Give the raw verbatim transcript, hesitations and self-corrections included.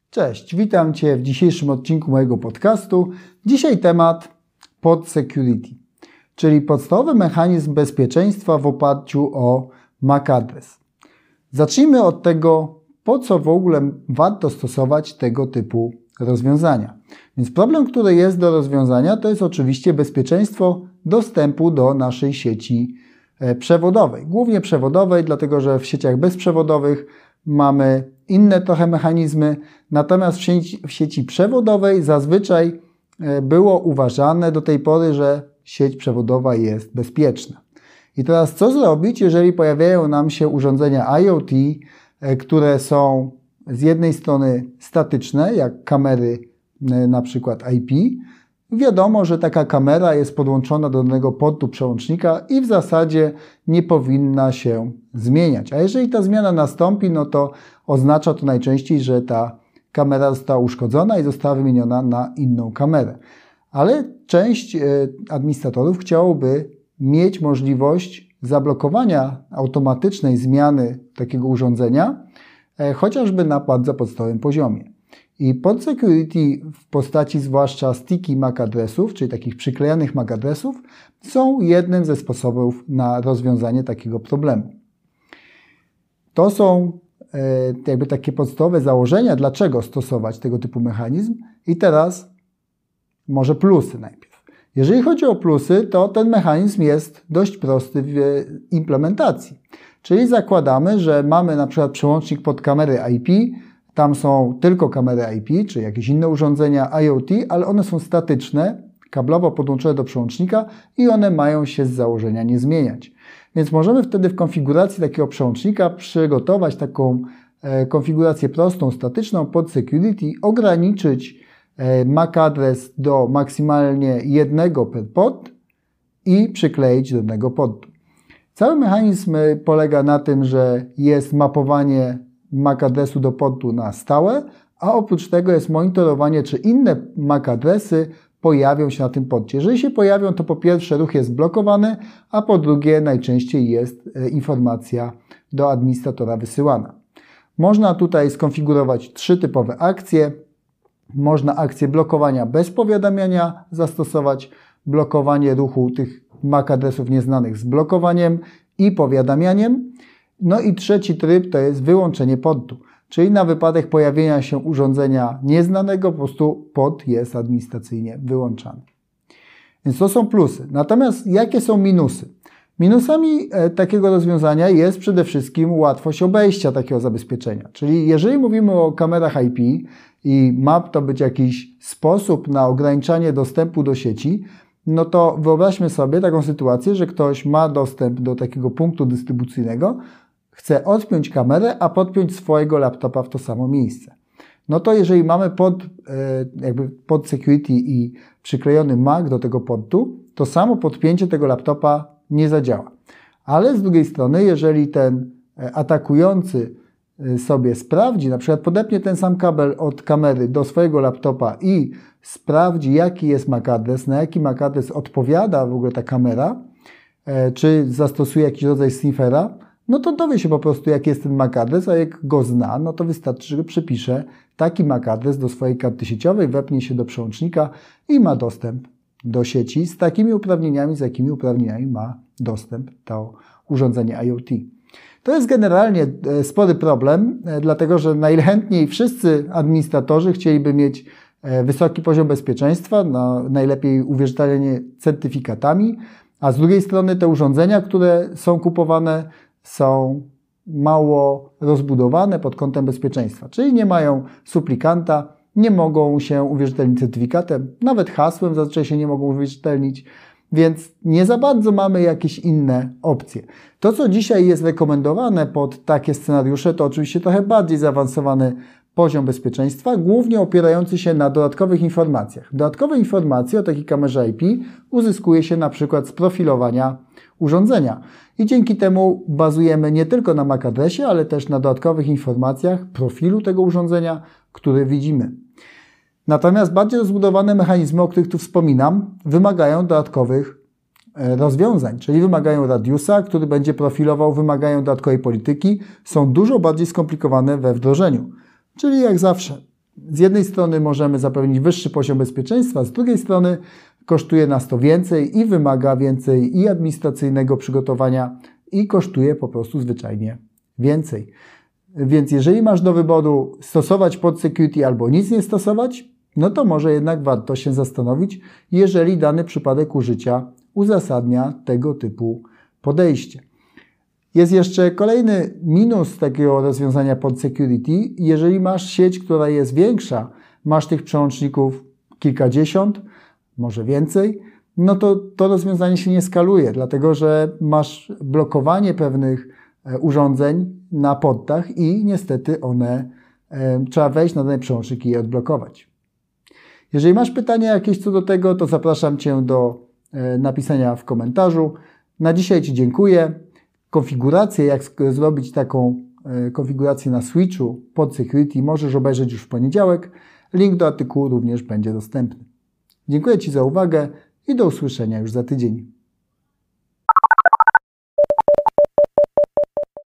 Cześć, witam Cię w dzisiejszym odcinku mojego podcastu. Dzisiaj temat pod security, czyli podstawowy mechanizm bezpieczeństwa w oparciu o M A C adres. Zacznijmy od tego, po co w ogóle warto stosować tego typu rozwiązania. Więc problem, który jest do rozwiązania, to jest oczywiście bezpieczeństwo dostępu do naszej sieci przewodowej. Głównie przewodowej, dlatego że w sieciach bezprzewodowych mamy inne trochę mechanizmy, natomiast w sieci, w sieci przewodowej zazwyczaj było uważane do tej pory, że sieć przewodowa jest bezpieczna. I teraz co zrobić, jeżeli pojawiają nam się urządzenia IoT, które są z jednej strony statyczne, jak kamery na przykład I P. Wiadomo, że taka kamera jest podłączona do danego portu przełącznika i w zasadzie nie powinna się zmieniać. A jeżeli ta zmiana nastąpi, no to oznacza to najczęściej, że ta kamera została uszkodzona i została wymieniona na inną kamerę. Ale część administratorów chciałoby mieć możliwość zablokowania automatycznej zmiany takiego urządzenia, chociażby na bardzo podstawowym poziomie. I pod security w postaci zwłaszcza sticky M A C adresów, czyli takich przyklejonych M A C adresów, są jednym ze sposobów na rozwiązanie takiego problemu. To są jakby takie podstawowe założenia, dlaczego stosować tego typu mechanizm. I teraz może plusy najpierw. Jeżeli chodzi o plusy, to ten mechanizm jest dość prosty w implementacji. Czyli zakładamy, że mamy na przykład przełącznik pod kamery I P, tam są tylko kamery I P, czy jakieś inne urządzenia IoT, ale one są statyczne, kablowo podłączone do przełącznika i one mają się z założenia nie zmieniać. Więc możemy wtedy w konfiguracji takiego przełącznika przygotować taką e, konfigurację prostą, statyczną pod security, ograniczyć e, M A C adres do maksymalnie jednego per port i przykleić do danego portu. Cały mechanizm polega na tym, że jest mapowanie M A C adresu do portu na stałe, a oprócz tego jest monitorowanie, czy inne M A C adresy pojawią się na tym porcie. Jeżeli się pojawią, to po pierwsze ruch jest blokowany, a po drugie najczęściej jest informacja do administratora wysyłana. Można tutaj skonfigurować trzy typowe akcje. Można akcję blokowania bez powiadamiania zastosować, blokowanie ruchu tych M A C adresów nieznanych z blokowaniem i powiadamianiem. No i trzeci tryb to jest wyłączenie portu, czyli na wypadek pojawienia się urządzenia nieznanego po prostu port jest administracyjnie wyłączany. Więc to są plusy. Natomiast jakie są minusy? Minusami takiego rozwiązania jest przede wszystkim łatwość obejścia takiego zabezpieczenia. Czyli jeżeli mówimy o kamerach I P i ma to być jakiś sposób na ograniczanie dostępu do sieci, no to wyobraźmy sobie taką sytuację, że ktoś ma dostęp do takiego punktu dystrybucyjnego, chce odpiąć kamerę, a podpiąć swojego laptopa w to samo miejsce. No to jeżeli mamy pod, jakby pod security i przyklejony M A C do tego portu, to samo podpięcie tego laptopa nie zadziała. Ale z drugiej strony, jeżeli ten atakujący sobie sprawdzi, na przykład podepnie ten sam kabel od kamery do swojego laptopa i sprawdzi, jaki jest M A C adres, na jaki M A C adres odpowiada w ogóle ta kamera, czy zastosuje jakiś rodzaj sniffera, no to dowie się po prostu, jaki jest ten M A C adres, a jak go zna, no to wystarczy, że przypisze taki M A C adres do swojej karty sieciowej, wepnie się do przełącznika i ma dostęp do sieci z takimi uprawnieniami, z jakimi uprawnieniami ma dostęp to urządzenie IoT. To jest generalnie spory problem, dlatego że najchętniej wszyscy administratorzy chcieliby mieć wysoki poziom bezpieczeństwa, no najlepiej uwierzytelnienie certyfikatami, a z drugiej strony te urządzenia, które są kupowane, są mało rozbudowane pod kątem bezpieczeństwa, czyli nie mają suplikanta, nie mogą się uwierzytelnić certyfikatem, nawet hasłem zazwyczaj się nie mogą uwierzytelnić, więc nie za bardzo mamy jakieś inne opcje. To, co dzisiaj jest rekomendowane pod takie scenariusze, to oczywiście trochę bardziej zaawansowany poziom bezpieczeństwa, głównie opierający się na dodatkowych informacjach. Dodatkowe informacje o takiej kamerze I P uzyskuje się na przykład z profilowania urządzenia i dzięki temu bazujemy nie tylko na M A C adresie, ale też na dodatkowych informacjach profilu tego urządzenia, który widzimy. Natomiast bardziej rozbudowane mechanizmy, o których tu wspominam, wymagają dodatkowych rozwiązań, czyli wymagają radiusa, który będzie profilował, wymagają dodatkowej polityki, są dużo bardziej skomplikowane we wdrożeniu. Czyli jak zawsze z jednej strony możemy zapewnić wyższy poziom bezpieczeństwa, z drugiej strony kosztuje nas to więcej i wymaga więcej i administracyjnego przygotowania i kosztuje po prostu zwyczajnie więcej. Więc jeżeli masz do wyboru stosować PodSecurity albo nic nie stosować, no to może jednak warto się zastanowić, jeżeli dany przypadek użycia uzasadnia tego typu podejście. Jest jeszcze kolejny minus takiego rozwiązania PodSecurity. Jeżeli masz sieć, która jest większa, masz tych przełączników kilkadziesiąt, może więcej, no to to rozwiązanie się nie skaluje, dlatego że masz blokowanie pewnych urządzeń na podach i niestety one, e, trzeba wejść na dane przełączniki i je odblokować. Jeżeli masz pytania jakieś co do tego, to zapraszam Cię do e, napisania w komentarzu. Na dzisiaj Ci dziękuję. Konfigurację, jak zrobić taką e, konfigurację na switchu PodSecurity, możesz obejrzeć już w poniedziałek. Link do artykułu również będzie dostępny. Dziękuję Ci za uwagę i do usłyszenia już za tydzień.